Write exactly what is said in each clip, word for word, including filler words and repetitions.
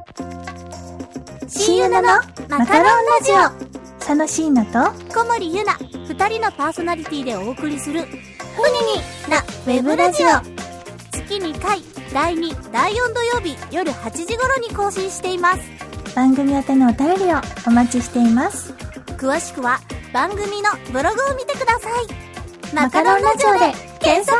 シーユナのマカロンラジオ、 佐野椎名と小森ゆな二人のパーソナリティでお送りするふにになウェブラジオ、月にかいだいに、だいよん土曜日夜はちじ頃に更新しています。 番組宛てのお便りをお待ちしています。 詳しくは番組のブログを見てください。マカロンラジオで検索。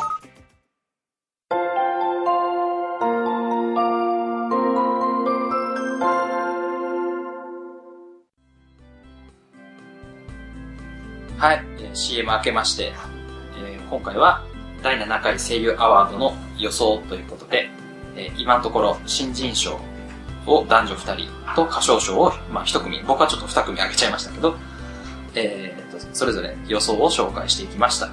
はい、えー、シーエム 明けまして、えー、今回はだいななかい声優アワードの予想ということで、えー、今のところ新人賞を男女ふたりと歌唱賞を、まあ、ひと組、僕はちょっとに組あげちゃいましたけど、えー、とそれぞれ予想を紹介していきました。はい、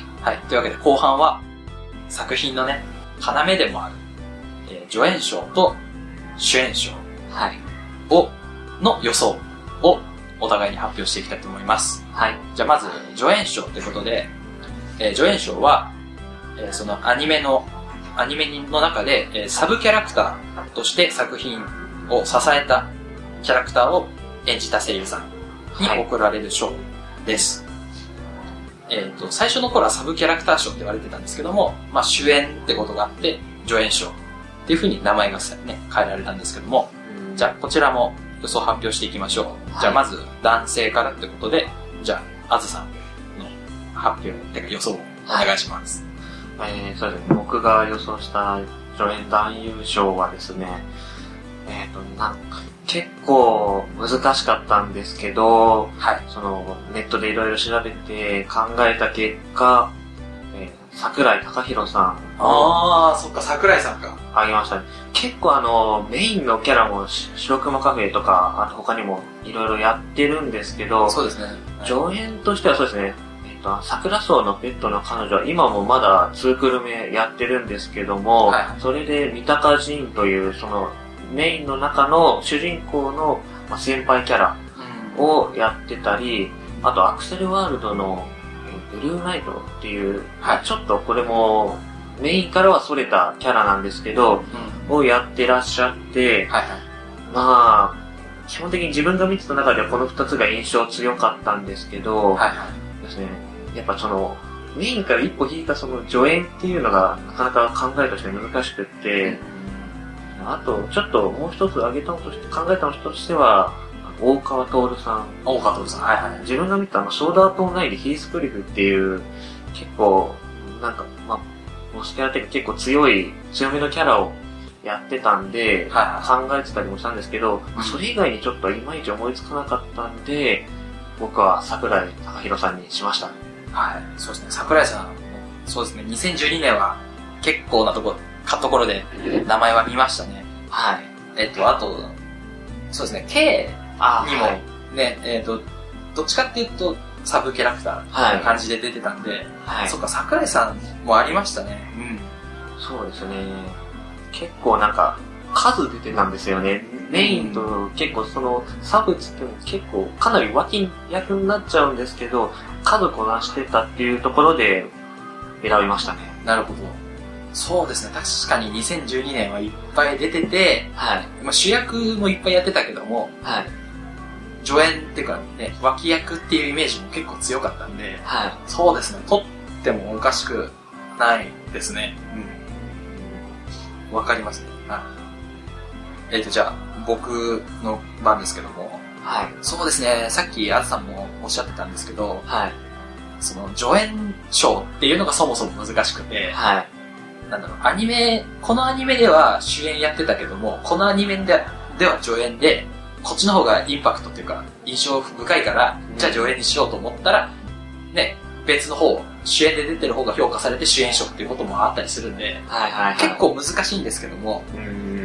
はい、というわけで後半は作品のね要でもある、えー、助演賞と主演賞、はい、をの予想をお互いに発表していきたいと思います。はい。じゃあまず助演賞ということで、えー、助演賞は、えー、そのアニメのアニメの中で、えー、サブキャラクターとして作品を支えたキャラクターを演じた声優さんに贈られる賞です。はい、えっと最初の頃はサブキャラクター賞って言われてたんですけども、まあ主演ってことがあって助演賞っていう風に名前がね変えられたんですけども、じゃあこちらも予想発表していきましょう。はい、じゃあまず男性からってことで、じゃああずさんの発表ってか予想をお願いします。 はい、えー、そうですね。僕が予想した助演男優賞はですね、えっとなんか結構難しかったんですけど、はい、そのネットでいろいろ調べて考えた結果、えー、桜井貴弘さん。 ああ、そっか、桜井さんか。 あげましたね。結構あのメインのキャラも白熊カフェとか、あと他にもいろいろやってるんですけど、 そうですね。 助演としてはそうですね。えっと桜荘のペットの彼女は今もまだツークルメやってるんですけども、はい、それで三鷹仁というそのメインの中の主人公の先輩キャラをやってたり、あとアクセルワールドのブルーナイトっていう、はい、ちょっとこれもメインからは逸れたキャラなんですけど、うん、をやってらっしゃって、はいはい、まあ基本的に自分が見てた中ではこのふたつが印象強かったんですけど、はいはい、ですね、やっぱそのメインから一歩引いたその助演っていうのがなかなか考えとして難しくって、うん、あとちょっともう一つ挙げたのとして考えたのとしては大川徹さん。 大川徹さん。はいはい。 自分が見たあのソードアートオンラインでヒースクリフっていう結構なんかまあボスキャラっていうか結構強い強めのキャラをやってたんで、はい、考えてたりもしたんですけど、うん、それ以外にちょっといまいち思いつかなかったんで、僕は桜井貴弘さんにしました。 はい、そうですね。桜井さん、そうですね。にせんじゅうにねんは結構なところ、かところで名前は見ましたね。はい。えっとあとそうですね。K にもね、はい、えっとどっちかっていうとサブキャラクターな感じで出てたんで、はい、そっか、桜井さんもありましたね。うん。 そうですね。結構なんか数出てたんですよね。メインと結構そのサブつっても結構かなり脇役になっちゃうんですけど、数こなしてたっていうところで選びましたね。 なるほど。そうですね。確かににせんじゅうにねんはいっぱい出てて、はい。まあ、主役もいっぱいやってたけども、はい。助演っていうかね、脇役っていうイメージも結構強かったんで、はい。そうですね。撮ってもおかしくないですね。うん。わかりますね。はい。えっと、じゃあ、僕の番ですけども、はい。そうですね。さっきあずさんもおっしゃってたんですけど、はい。その助演賞っていうのがそもそも難しくて、はい。なんだろう、アニメ、このアニメでは主演やってたけども、このアニメででは助演で、こっちの方がインパクトっていうか、印象深いから、うん、じゃあ助演にしようと思ったら、ね、別の方、主演で出てる方が評価されて主演賞っていうこともあったりするんで、はいはいはい、結構難しいんですけども、うん、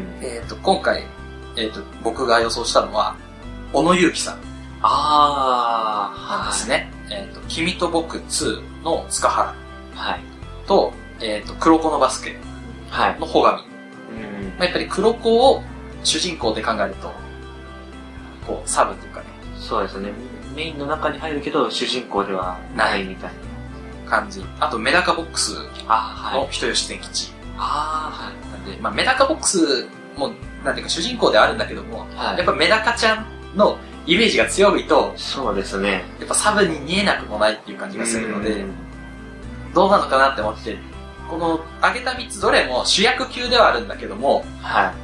えっと、今回、えっと、僕が予想したのは、小野友樹さん。あー、なんですね。はい、えっと、君と僕ツーの塚原。はい。と、えっと、黒子のバスケの穂上。はい、うんまあ、やっぱり黒子を主人公で考えると、こう、サブというかね。 そうですね。メインの中に入るけど、主人公ではないみたいな感じ。あと、メダカボックスの人吉千吉。あ、はい、あはい。なんで、まあ、メダカボックスもう、なんていうか主人公であるんだけども、 はい、 やっぱメダカちゃんのイメージが強いと、 そうですね。 やっぱサブに見えなくもないっていう感じがするので、どうなのかなって思って、この挙げたみっつどれも主役級ではあるんだけども、 はい。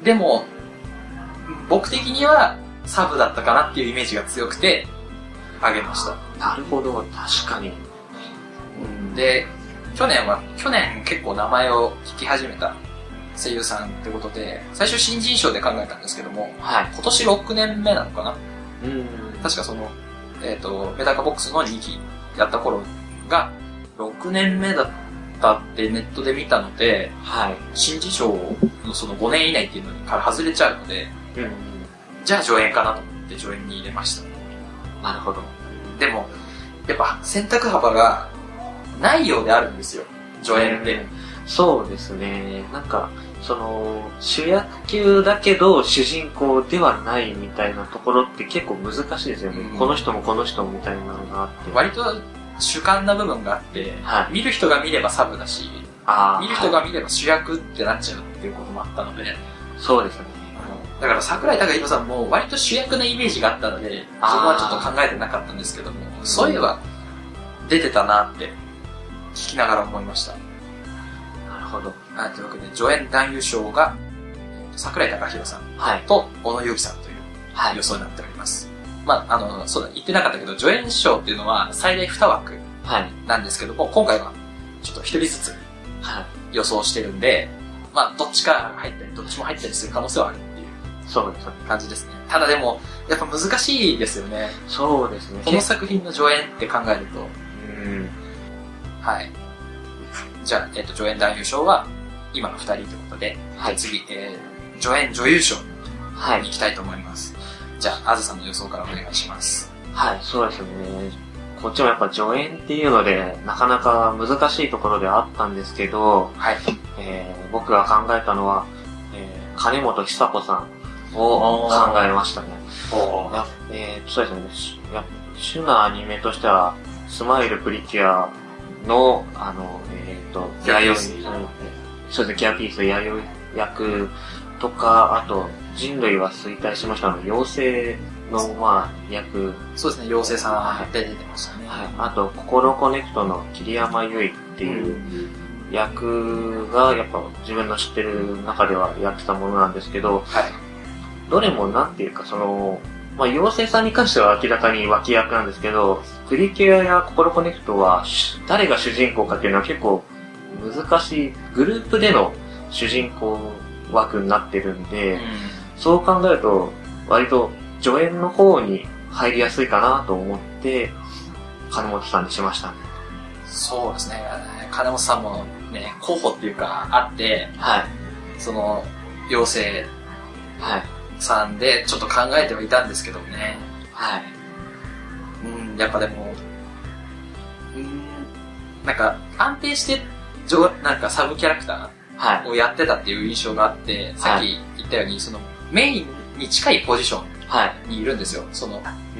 でも、僕的にはサブだったかなっていうイメージが強くて、挙げました。 なるほど、確かに。 うん、で、去年は、去年結構名前を聞き始めた声優さんってことで、最初新人賞で考えたんですけども、 はい、 今年ろくねんめなのかな、 うん、 確かその、えっ、ー、と、メダカボックスのにきやった頃が、ろくねんめだったってネットで見たので、 はい、 新人賞のそのごねん以内っていうのから外れちゃうので、 うん、 じゃあ助演かなと思って助演に入れました。 なるほど。 でも、やっぱ選択幅がないようであるんですよ、助演って。うん、 そうですね。なんか、その、主役級だけど主人公ではないみたいなところって結構難しいですよね。うん、この人もこの人もみたいなのがあって。 割と主観な部分があって、はい、見る人が見ればサブだし、見る人が見れば主役ってなっちゃうっていうこともあったので。 そうですね。 だから桜井貴弘さんも割と主役なイメージがあったので、そこはちょっと考えてなかったんですけども、そういえば出てたなって聞きながら思いました。 なるほど。 はい、というわけで助演男優賞が桜井貴弘さんと小野友樹さんという予想になっております。はい、まあ、あの、そうだ、言ってなかったけど、助演賞っていうのは最大に枠なんですけども、はい、今回はちょっと一人ずつ予想してるんで、まあ、どっちか入ったり、どっちも入ったりする可能性はある。 そうですね。 感じですね。ただでも、やっぱ難しいですよね。 そうですね。 この作品の助演って考えると。 うん。 はい。じゃあ、えっ、ー、と、助演男優賞は、今のふたりということで、 はい、 次、えー、助演女優賞に行きたいと思います。はい、じゃあ、あずさんの予想からお願いします。 はい、そうですね。こっちもやっぱ助演っていうので、なかなか難しいところではあったんですけど、 はい。 えー、僕が考えたのは、えー、金本久子さん。を考えましたね。やえー、そうですね。や主なアニメとしては、スマイルプリキュアの、あの、えっ、ー、と、弥生、そうですね、ギャピース弥生役とか、あと、人類は衰退しましたの、妖精の、まあ、役。 そうですね、妖精さんで出てましたね。 はい。あと、心コネクトの桐山由衣っていう役が、やっぱ自分の知ってる中ではやってたものなんですけど、 はい。 どれもなんていうかその、まあ、妖精さんに関しては明らかに脇役なんですけど、プリキュアや心コネクトは誰が主人公かっていうのは結構難しい、グループでの主人公枠になってるんで、うん、そう考えると割と助演の方に入りやすいかなと思って金本さんにしましたね。 そうですね。金本さんもね、候補っていうかあって、 はい。 その妖精、 はい。 さんでちょっと考えてはいたんですけどね。 はい。 うん、やっぱでも、うん、なんか安定してなんかサブキャラクターをやってたっていう印象があって、はい、さっき言ったようにそのメインに近いポジションにいるんですよ。その、 うん、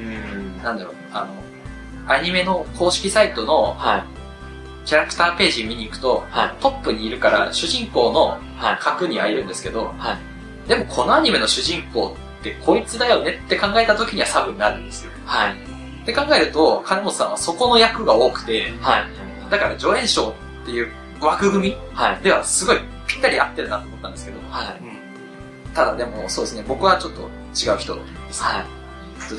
なんだろう、あのアニメの公式サイトのキャラクターページ見に行くと、 はい、 トップにいるから主人公の角にはいるんですけど。 はい、 でもこのアニメの主人公ってこいつだよねって考えた時にはサブになるんですよ。 はい。 って考えると、金本さんはそこの役が多くて、 はい。 だから助演賞っていう枠組みではすごいぴったり合ってるなと思ったんですけど、 はい。 うん、ただでもそうですね、僕はちょっと違う人ですね。 はい。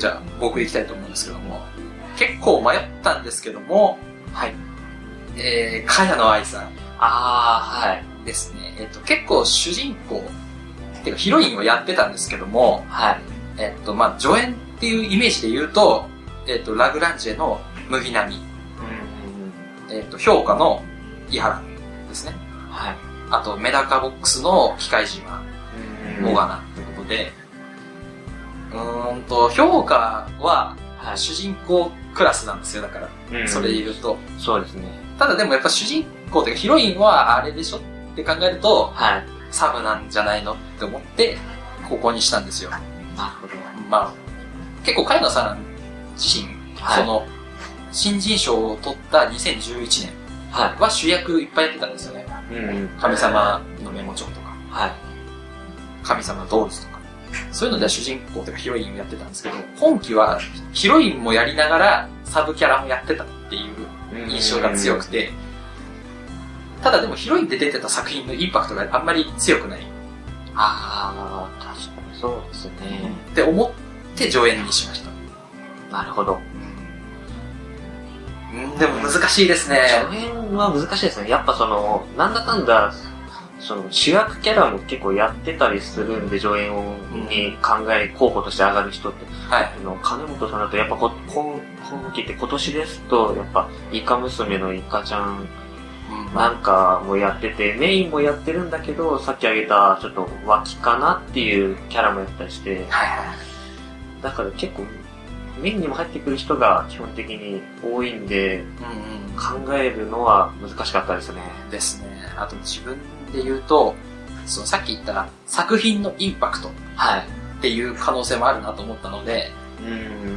じゃあ僕行きたいと思うんですけども、結構迷ったんですけども、 はい。 えー、茅野愛さん。 あー、はい。 ですね。えっと、結構主人公、てかヒロインをやってたんですけども、 はい。 えっと、まあ、助演っていうイメージで言うと、えっと、ラグランジェの麦波、 うん、 えっと、評価の伊原ですね。 はい。 あと、メダカボックスの機械島、モガナってことで、うーんと、評価は主人公クラスなんですよ、だから。うん、それで言うと。 そうですね。 ただでもやっぱ主人公というかヒロインはあれでしょって考えると、 はい。 サブなんじゃないのって思って、ここにしたんですよ。 なるほど。 まあ、結構、茅野さん自身、はい、その、新人賞を取ったにせんじゅういちねんは主役いっぱいやってたんですよね。 うん、 神様のメモ帳とか。 はい。 神様ドールズとか、そういうのでは主人公というかヒロインをやってたんですけど、今期はヒロインもやりながらサブキャラもやってたっていう印象が強くて、ただでもヒロインで出てた作品のインパクトがあんまり強くない。 ああ、確かにそうですね。 って思って上演にしました。 なるほど。 うん、でも難しいですね。 上演は難しいですね。やっぱその、なんだかんだ、その主役キャラも結構やってたりするんで、上演に考え、候補として上がる人って。はい。あの、金本さんだとやっぱこ、今、今期って今年ですと、やっぱ、イカ娘のイカちゃんなんかもやってて、メインもやってるんだけど、さっき挙げたちょっと脇かなっていうキャラもやったりして、はいはい。だから結構、メインにも入ってくる人が基本的に多いんで、うんうん、考えるのは難しかったですね。 ですね。あと自分で言うと、そのさっき言った作品のインパクトっていう可能性もあるなと思ったので、うん、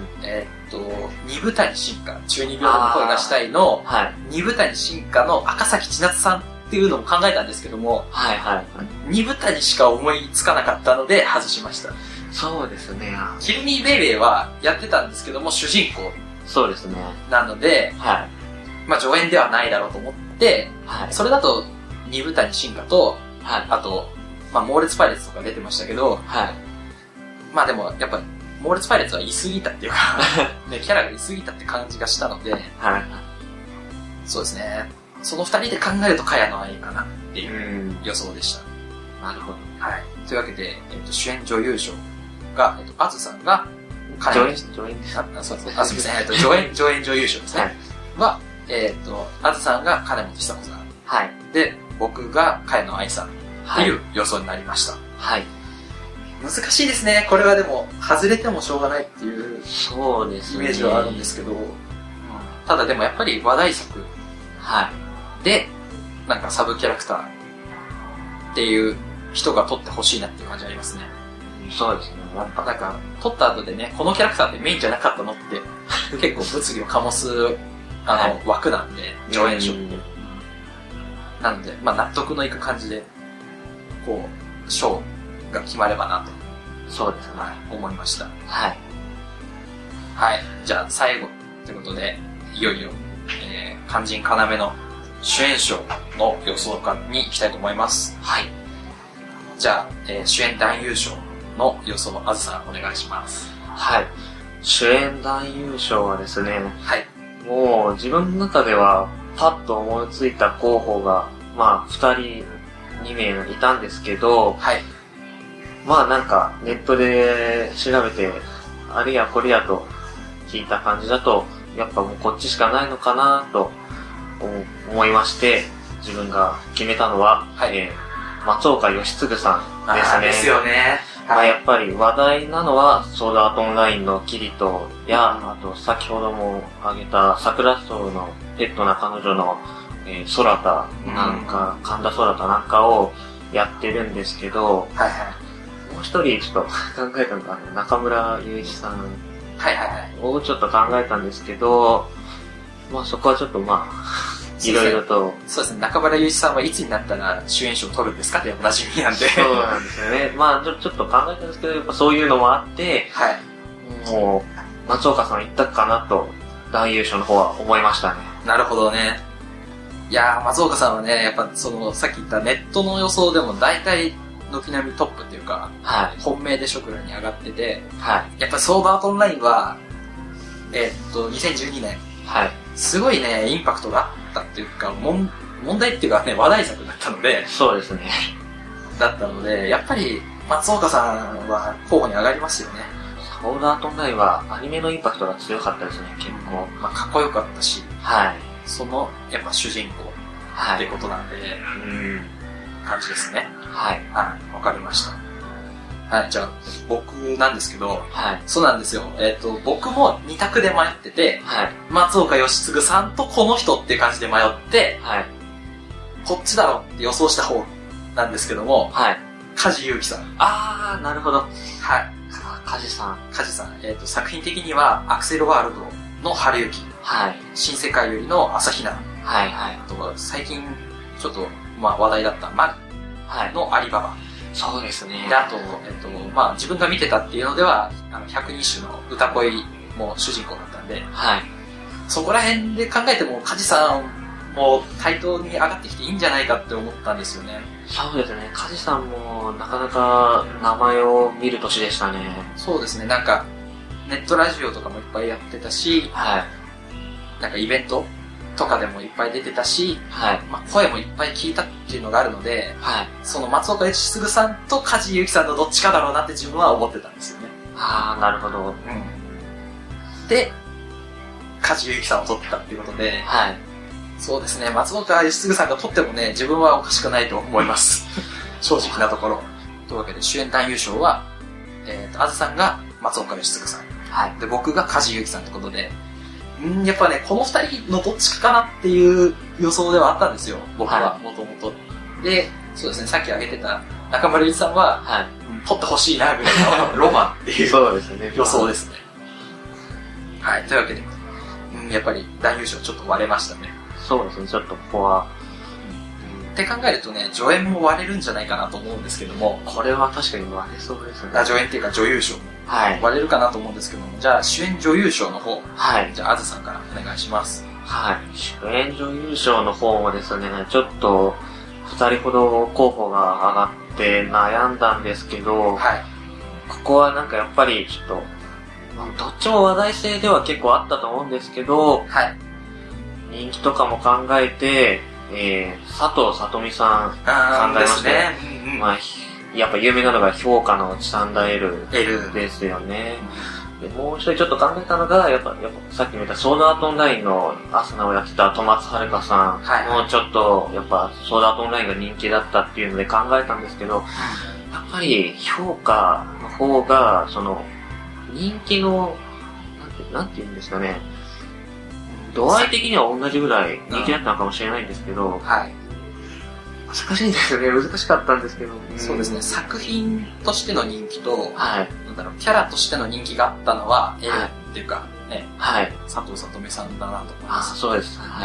えー、っと、二部谷進化、中二病の声がしたいの、はい、二部谷進化の赤崎千夏さんっていうのも考えたんですけども、はいはいはい、二部谷しか思いつかなかったので外しました。 そうですね。 キルミーベイベーはやってたんですけども、主人公。 そうですね。 なので、はい。まあ上演ではないだろうと思って、はい。それだと、二部谷進化と、はい。あと、まあ猛烈パイレーツとか出てましたけど、はい。まあでも、やっぱ、猛烈パイレーツは言い過ぎたっていうか、ね、キャラが言い過ぎたって感じがしたので、はい。そうですね。その二人で考えると、茅野愛かなっていう予想でした。 なるほど。 はい。というわけで、えっと、主演女優賞が、えっと、あずさんが、 上演、上演です。 あ、そうですね。あ、すみません。えっと、上演、上演女優賞ですね。はい。は、えっと、あずさんが金本久子さん。はい。で、僕が茅野愛さんっていう予想になりました。はい。難しいですね。これはでも、外れてもしょうがないっていう、そうですね。イメージはあるんですけど、ただでもやっぱり話題作。はい。で、なんかサブキャラクターっていう人が撮ってほしいなっていう感じありますね。 そうですね。 なんか、なんか撮った後でね、このキャラクターってメインじゃなかったのって結構物議を醸すあの、はい、枠なんで、上演賞って。なので、まあ納得のいく感じで、こう、賞が決まればなと。 そうですね。 思いました。はい。はい。じゃあ最後ということで、いよいよ、えー、肝心要の主演賞の予想家に行きたいと思います。はい。じゃあ、えー、主演男優賞の予想、あずさんお願いします。はい。 主演男優賞はですね、はい。もう自分の中ではパッと思いついた候補が、まあふたり、にめいいたんですけど、はい。まあなんかネットで調べて、あれやこれやと聞いた感じだと、やっぱもうこっちしかないのかなと思いまして、自分が決めたのは、はい。えー、松岡義嗣さんですね。 ですよね。 まあ、やっぱり話題なのは、ソードアートオンラインのキリトや、あと先ほども挙げた桜草のペットな彼女の、えー、ソラタなんか、うん、神田ソラタなんかをやってるんですけど、はいはい、もう一人ちょっと考えたのが、中村雄一さんをちょっと考えたんですけど、まあそこはちょっとまあ、いろいろと。 そうですね。中村雄一さんはいつになったら主演賞を取るんですかっておなじみなんで。 そうなんですよね。まあちょ、ちょっと考えたんですけど、やっぱそういうのもあって、はい。もう、松岡さん一択かなと、男優賞の方は思いましたね。 なるほどね。いやー、松岡さんはね、やっぱその、さっき言ったネットの予想でも大体、軒並みトップっていうか、はい。本命で職欄に上がってて、はい。やっぱりソードアートオンラインは、えー、っと、にせんじゅうにねん。はい。すごいね、インパクトがあったっていうか、問題っていうかね、話題作だったので。 そうですね。 だったので、やっぱり、松岡さんは候補に上がりますよね。 ソードアートオンラインはアニメのインパクトが強かったですね、結構。 まあ、かっこよかったし。はい。その、やっぱ主人公ってことなんで、はい、うん、感じですね。はい。はい、わかりました。はい、じゃあ、僕なんですけど、はい。そうなんですよ。えっと、僕も二択で迷ってて、はい。松岡義嗣さんとこの人っていう感じで迷って、はい。こっちだろって予想した方なんですけども、はい。梶裕貴さん。 あー、なるほど。はい。梶さん。 梶さん。えっと、作品的には、アクセルワールドの春雪。はい。新世界よりの朝比奈。はいはい。あとは、最近、ちょっと、まあ話題だったマル。はい。のアリババ。 そうですね。 で、あと、えっと、まあ自分が見てたっていうのでは、あの、百人種の歌恋も主人公だったんで、 はい。 そこら辺で考えても、梶さんも対等に上がってきていいんじゃないかって思ったんですよね。 そうですね。梶さんもなかなか名前を見る年でしたね。 そうですね。なんか、ネットラジオとかもいっぱいやってたし、 はい。 なんかイベントとかでもいっぱい出てたし、 はい。 まあ声もいっぱい聞いたっていうのがあるので、 はい。 その松岡義嗣さんと梶裕貴さんのどっちかだろうなって自分は思ってたんですよね。 ああ、なるほど。 うん。で、梶裕貴さんを取ったっていうことで、 はい。 そうですね、松岡義嗣さんが取ってもね、自分はおかしくないと思います。正直なところ。というわけで主演男優賞は、えっと、あずさんが松岡義嗣さん。 はい。 で、僕が梶裕貴さんってことで、んやっぱね、この二人のどっちかかなっていう予想ではあったんですよ、僕は、もともと。で、そうですね、さっき挙げてた中村ゆりさんは、 はい。 取ってほしいな、ぐらいのロマンっていうそうですね。 予想ですね。はい、というわけで、んやっぱり男優賞ちょっと割れましたね。 そうですね、ちょっとここは。 って考えるとね、助演も割れるんじゃないかなと思うんですけども、 これは確かに割れそうですね。 あ、助演っていうか女優賞もはい。 割れるかなと思うんですけども、じゃあ主演女優賞の方、 はい。 じゃああずさんからお願いします。 はい。主演女優賞の方もですね、ちょっとふたりほど候補が上がって悩んだんですけど、 はい。 ここはなんかやっぱりちょっと、まあどっちも話題性では結構あったと思うんですけど、 はい。 人気とかも考えて、えー、佐藤さとみさんあー考えまして、 ですね。うんうん。 まあ、やっぱ有名なのが評価のチタンダエル L ですよね。でもう一人ちょっと考えたのが、やっぱ、やっぱさっきも言ったソードアートオンラインのアスナをやってた戸松遥さんはいもちょっと、やっぱソードアートオンラインが人気だったっていうので考えたんですけど、やっぱり評価の方が、その、人気の、なんて、なんて言うんですかね、度合い的には同じぐらい人気だったのかもしれないんですけど、 はい。 難しいんですよね。難しかったんですけど。 そうですね、作品としての人気と、 はい。 なんだろう、キャラとしての人気があったのは、L はいっていうか、ね、 はい。 佐藤さとみさんだなと思いあ、 ます。 そうです。はい。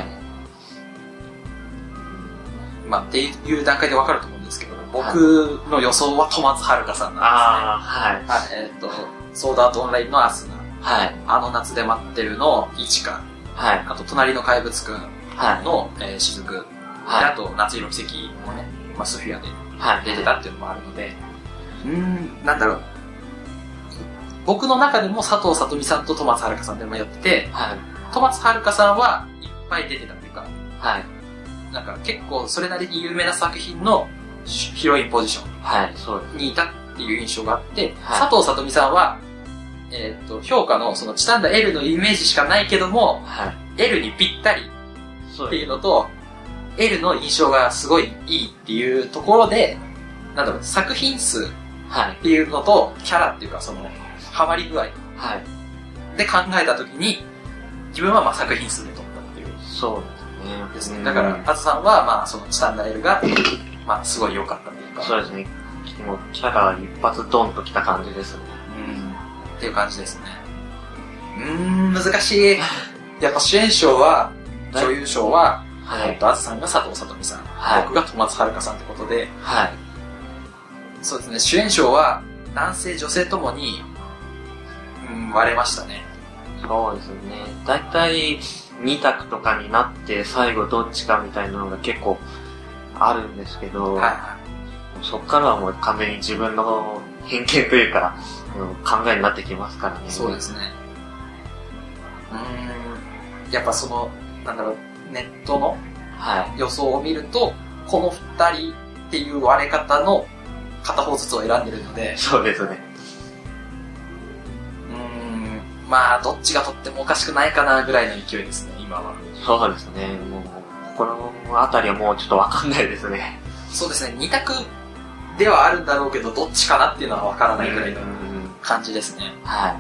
まあ、っていう段階でわかると思うんですけど、僕の予想は戸松遥さんなんですね。 ああ、はい。 はい、えっと、ソードアートオンラインのアスナ、 はい。 あの夏で待ってるのイチカ、 はい。 あと隣の怪物くんはい。 の、えー、雫、ではい。 あと夏色奇跡もね、まあ、スフィアではい。 出てたっていうのもあるので、うーん、なんだろう。僕の中でも佐藤さとみさんと戸松遥さんで迷ってて、 はい。 戸松遥さんはいっぱい出てたっていうか、 はい。 なんか結構それなりに有名な作品のヒロインポジショはい。そうです。 ンにいたっていう印象があって、 はい佐藤さとみさんは、えっと、評価のそのチタンダ L のイメージしかないけども、 はい。 L にぴったりってそうです。 いうのと、L の印象がすごいいいっていうところで、なんだろう、作品数はい。 っていうのと、キャラっていうかその、ハマり具合はい。 で考えたときに、自分はまあ作品数で取ったっていうそうですね。 ですね。だから、あずさんはまあそのチタンダ L が、まあすごい良かったっていうか。 そうですね。もうキャラ一発ドンときた感じですね。 うん。っていう感じですね。うーん、難しい。やっぱ主演賞は、女優賞は、 はい。 えっと、あずさんが佐藤さとみさん、 はい僕が戸松遥さんってことで、 はい。 そうですね、主演賞は男性女性ともに、うん、割れましたね。 そうですね。だいたいに択とかになって最後どっちかみたいなのが結構あるんですけど、 はいはそっからはもう完全に自分の偏見というか、うん、考えになってきますからね。 い。そうですね。うーん、やっぱその、なんだろう、ネットのはい。 予想を見ると、この二人っていう割れ方の片方ずつを選んでるので、 そうですね。 うーん、まあ、どっちが取ってもおかしくないかなぐらいの勢いですね、今は。 そうですね。もう、このあたりはもうちょっとわかんないですね。 そうですね、二択ではあるんだろうけど、どっちかなっていうのはわからないぐらいのうん感じですね。 はい。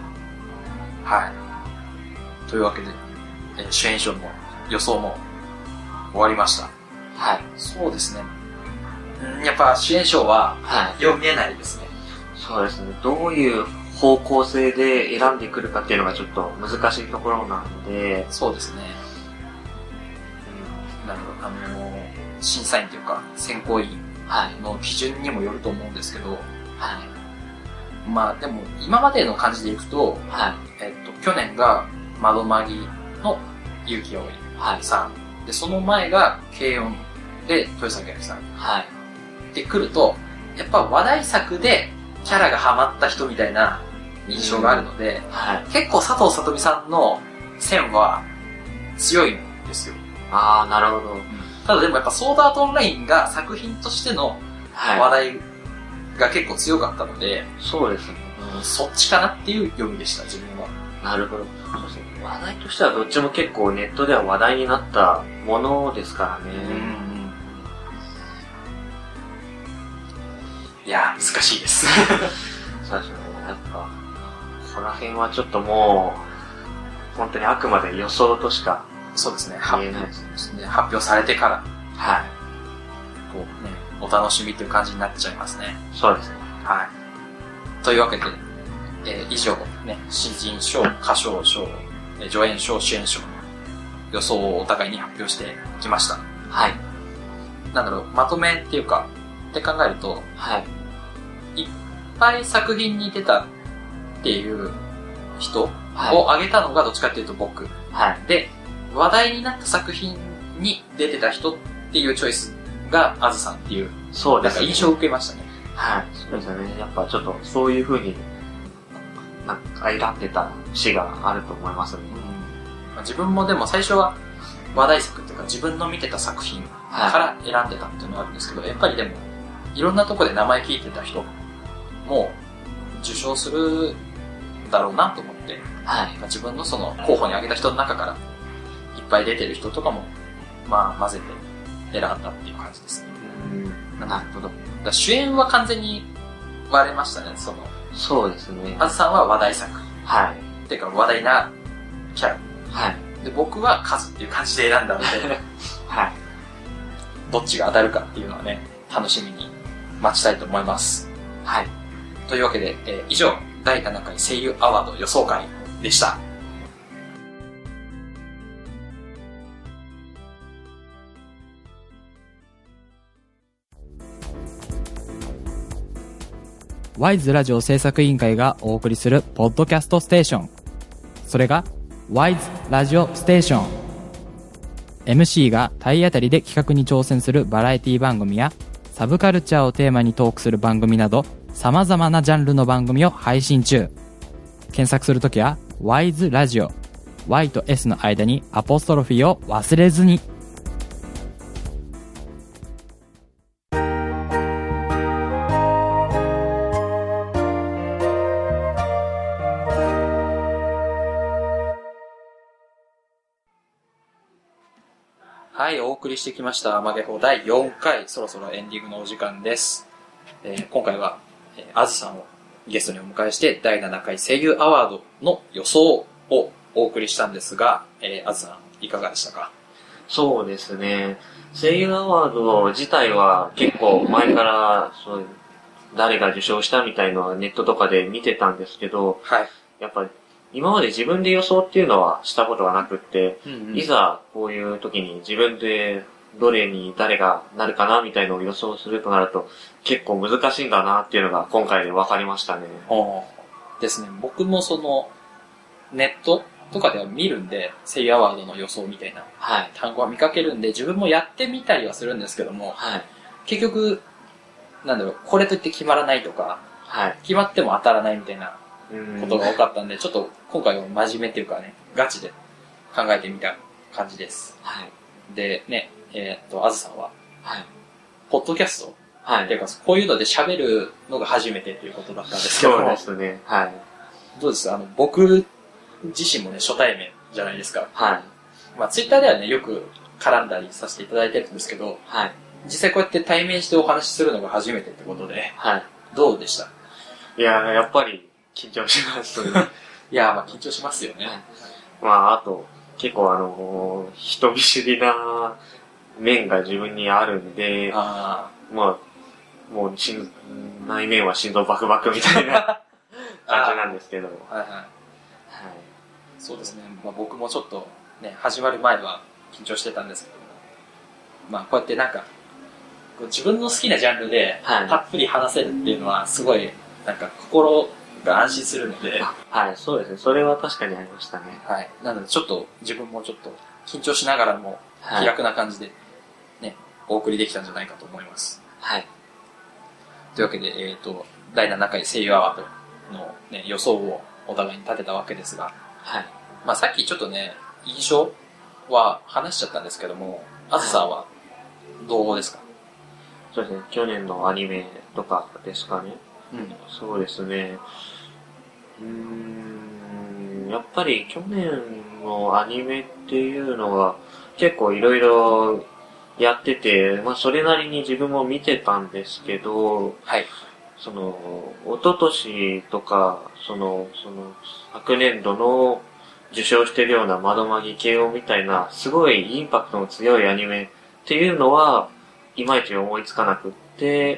はい。というわけで、えー主演賞も予想も終わりました。 はい。 そうですね。うん、やっぱ主演賞ははい。 読めないですね。 そうですね。どういう方向性で選んでくるかっていうのがちょっと難しいところなので、 そうですね。なるほど。あのー審査員というか、選考委員の基準にもよると思うんですけど、はい、まあでも今までの感じでいくと、はい、えっと去年が窓マギの結城葵さん、はい、でその前が軽音で豊崎あきさん、はい、で来るとやっぱ話題作でキャラがハマった人みたいな印象があるので、はい、結構佐藤さとみさんの線は強いんですよ。 ああ、なるほど。 ただでもやっぱソードアートオンラインが作品としての話題が結構強かったので、はい、 そうですね、 うん。そっちかなっていう読みでした、自分は。 なるほど。そうですね。話題としてはどっちも結構ネットでは話題になったものですからね。うん、 いやー、難しいです。 そうですね。やっぱ、この辺はちょっともう、本当にあくまで予想としかそうですね。 言えないですね。発表されてから、はい。こうね、お楽しみという感じになっちゃいますね。 そうですね。 はい。というわけで、えー、以上、ね、新人賞、歌唱賞、助演賞、主演賞の予想をお互いに発表してきました。はい。なんだろう、まとめっていうか、って考えると、はい。いっぱい作品に出たっていう人を挙げたのがどっちかっていうと僕。はい。で、話題になった作品に出てた人っていうチョイスがあずさんっていう、そうですね。なんか印象を受けましたね。 はい。そうですね。やっぱちょっとそういう風になんか選んでた詩があると思いますね。 うん、自分もでも最初は話題作っていうか自分の見てた作品から選んでたっていうのがあるんですけど、はい、やっぱりでもいろんなとこで名前聞いてた人も受賞するだろうなと思って、はい、自分のその候補に挙げた人の中からいっぱい出てる人とかもまあ混ぜて選んだっていう感じですね。うん、なるほど。だ主演は完全に割れましたね。そのそうですね。 あずさんは話題作、 はい。 っていうか話題なキャラ、はい。で僕は数っていう感じで選んだので、はい。どっちが当たるかっていうのはね、楽しみに待ちたいと思います。はい。というわけで、えー、以上だいななかい声優アワード予想会でした。 ワイズラジオ制作委員会がお送りするポッドキャストステーション。それがワイズラジオステーション。エムシー が体当たりで企画に挑戦するバラエティ番組やサブカルチャーをテーマにトークする番組など様々なジャンルの番組を配信中。検索するときはワイズラジオ、Y と S の間にアポストロフィーを忘れずに。 はい、お送りしてきましたマゲホだいよんかい、そろそろエンディングのお時間です。えー、今回は、えー、あずさんをゲストにお迎えしてだいななかい声優アワードの予想をお送りしたんですが、えー、あずさんいかがでしたか？ そうですね。声優アワード自体は結構前からそう誰が受賞したみたいのはネットとかで見てたんですけど、はい、やっぱ今まで自分で予想っていうのはしたことがなくって、うんうん、いざこういう時に自分でどれに誰がなるかなみたいのを予想するとなると結構難しいんだなっていうのが今回で分かりましたね。 ですね。僕もそのネットとかでは見るんで、声優アワードの予想みたいな単語は見かけるんで、自分もやってみたりはするんですけども、はい、結局なんだろう、これといって決まらないとか、はい、決まっても当たらないみたいなことが多かったんで、ちょっと今回は真面目っていうかね、ガチで考えてみた感じです。はい、でね、えー、っと、あずさんは、はい、ポッドキャスト、はい、っていうかこういうので喋るのが初めてということだったんですけど、 そうですね。はい。 どうですか？あの僕自身もね初対面じゃないですか。はい。まあツイッターではねよく絡んだりさせていただいてるんですけど、はい。実際こうやって対面してお話しするのが初めてってことで、はい。どうでした？ いややっぱり緊張しますね。 いやまあ緊張しますよね。 まああと結構あの人見知りな面が自分にあるんで、あまあもう内面は心臓バクバクみたいな感じなんですけど、はいはい、はい、 そうですね。まあ僕もちょっとね始まる前は緊張してたんですけど、まあこうやってなんか自分の好きなジャンルでたっぷり話せるっていうのはすごいなんか心が安心するので、 はい、そうですね。それは確かにありましたね。 はい。なのでちょっと自分もちょっと緊張しながらも気楽な感じでね、はい、お送りできたんじゃないかと思います。 はい。 というわけで、えっと、だいななかい声優アワードの、ね、予想をお互いに立てたわけですが、 はい。 まあさっきちょっとね、印象は話しちゃったんですけども、あずさんはどうですか？ そうですね、去年のアニメとかですかね。 うん。 そうですね。うーん、やっぱり去年のアニメっていうのは結構いろいろやってて、まあそれなりに自分も見てたんですけど、 はい。 その、一昨年とか、その、その、昨年度の受賞してるような窓マギ系をみたいな、すごいインパクトの強いアニメっていうのは、いまいち思いつかなくって、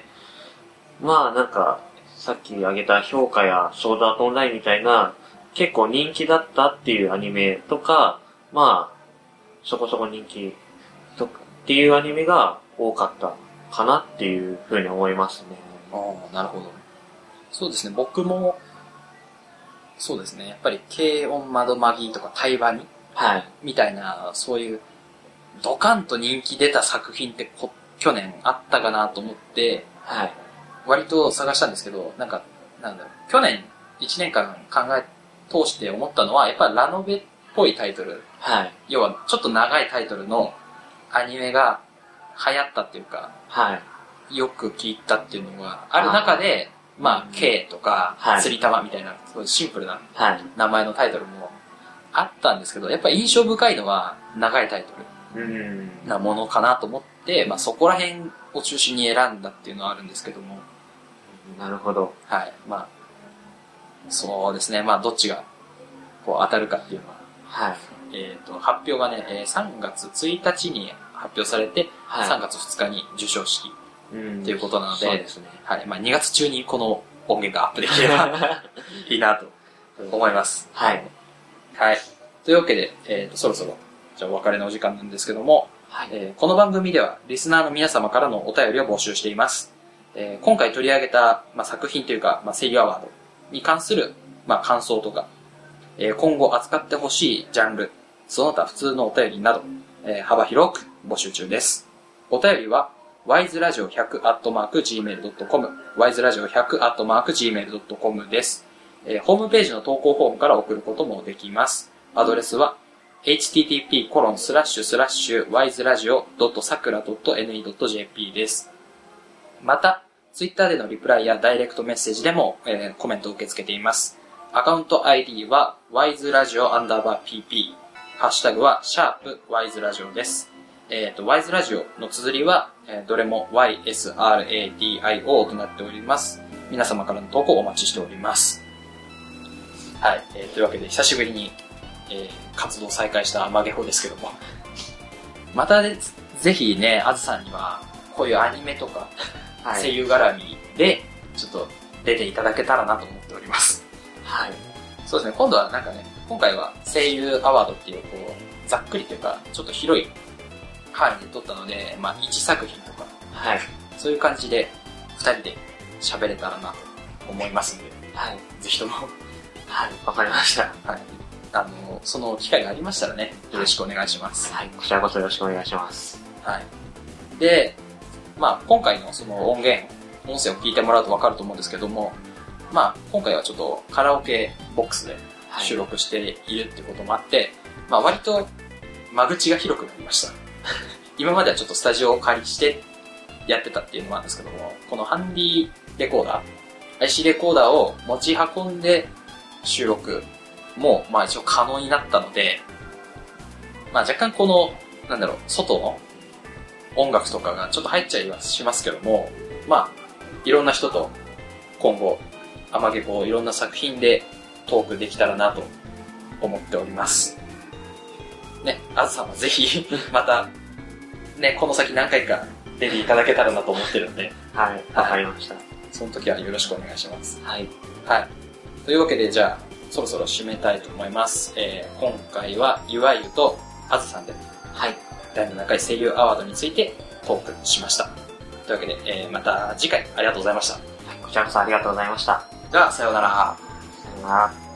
まあなんか、さっき挙げた評価やソードアートオンラインみたいな、結構人気だったっていうアニメとか、まあ、そこそこ人気とかっていうアニメが多かったかなっていうふうに思いますね。 ああ、なるほど。そうですね、僕も、そうですね、やっぱり軽音窓マギとかタイバニ、 はい、 みたいな、そういうドカンと人気出た作品ってこ去年あったかなと思って、 はい、 割と探したんですけど、なんか、なんだろう、去年いちねんかん考え通して思ったのは、やっぱりラノベっぽいタイトル、 はい、 要はちょっと長いタイトルのアニメが流行ったっていうか、 はい、 よく聞いたっていうのがある中で、あまあ、K とか、釣り玉みたいな、そういうシンプルな名前のタイトルもあったんですけど、やっぱり印象深いのは長いタイトルなものかなと思って、まあそこら辺を中心に選んだっていうのはあるんですけども。 なるほど。 はい。まあ、そうですね。まあどっちがこう当たるかっていうのは。 はい。 えっと、発表がね、さんがつついたちに発表されて、はい、さんがつふつかに授賞式っていうことなので、 そうですね。 はい。まあにがつ中にこの音源がアップできればいいなと思います。 はい。 はい。というわけで、えっと、そろそろ、じゃあお別れのお時間なんですけども、はい、えー、この番組ではリスナーの皆様からのお便りを募集しています。えー、今回取り上げた、まあ、作品というか、まあ、声優アワードに関する、まあ、感想とか、えー、今後扱ってほしいジャンル、その他普通のお便りなど、えー、幅広く募集中です。お便りは、ワイズラジオひゃく アットマーク ジーメール ドットコム、ワイズラジオひゃく アットマーク ジーメール ドットコム です。えー、ホームページの投稿フォームから送ることもできます。アドレスは、エイチティーティーピーコロンスラッシュスラッシュワイズラジオドットサクラドットエヌイードットジェーピー です。また、ツイッターでのリプライやダイレクトメッセージでも、えー、コメントを受け付けています。アカウント アイディー は ワイズラジオアンダーバーピーピー、ハッシュタグはシャープワイズラジオです。えっと、ワイズラジオの綴りは、えー、どれも ワイエスアールエーディーアイオー となっております。皆様からの投稿をお待ちしております。はい、えー、というわけで久しぶりに、えー、活動再開したアマゲホですけども、またね、ぜひね、あずさんにはこういうアニメとか、はい、声優絡みでちょっと出ていただけたらなと思っております。 はい。 そうですね、今度はなんかね、今回は声優アワードっていうこうざっくりというかちょっと広い範囲で撮ったので、まあいちさく品とか、 はい、 そういう感じでふたりで喋れたらなと思いますので、 はい、 ぜひともはい、わかりました。 はい。あの、その機会がありましたらね、よろしくお願いします。 はい、こちらこそよろしくお願いします。 はい。で、まあ今回のその音源、音声を聞いてもらうとわかると思うんですけども、まあ今回はちょっとカラオケボックスで収録しているってこともあって、はい、まあ割と間口が広くなりました。今まではちょっとスタジオを借りしてやってたっていうのもあるんですけども、このハンディレコーダー、アイシー レコーダーを持ち運んで収録も、まあ一応可能になったので、まあ若干この、なんだろう、外の音楽とかがちょっと入っちゃいはしますけども、まあ、いろんな人と今後、アマゲコいろんな作品でトークできたらなと思っております。ね、あずさんはぜひ、また、ね、この先何回か出ていただけたらなと思ってるんで。 はい、わかりました。 その時はよろしくお願いします。 はい。 はい。というわけで、じゃあ、そろそろ締めたいと思います。えー、今回は、ゆわゆとあずさんで、 はい。 だいななかい声優アワードについてトークしました。 というわけで、えー、また次回ありがとうございました。 こちらこそありがとうございました。 では、さようなら。 さようなら。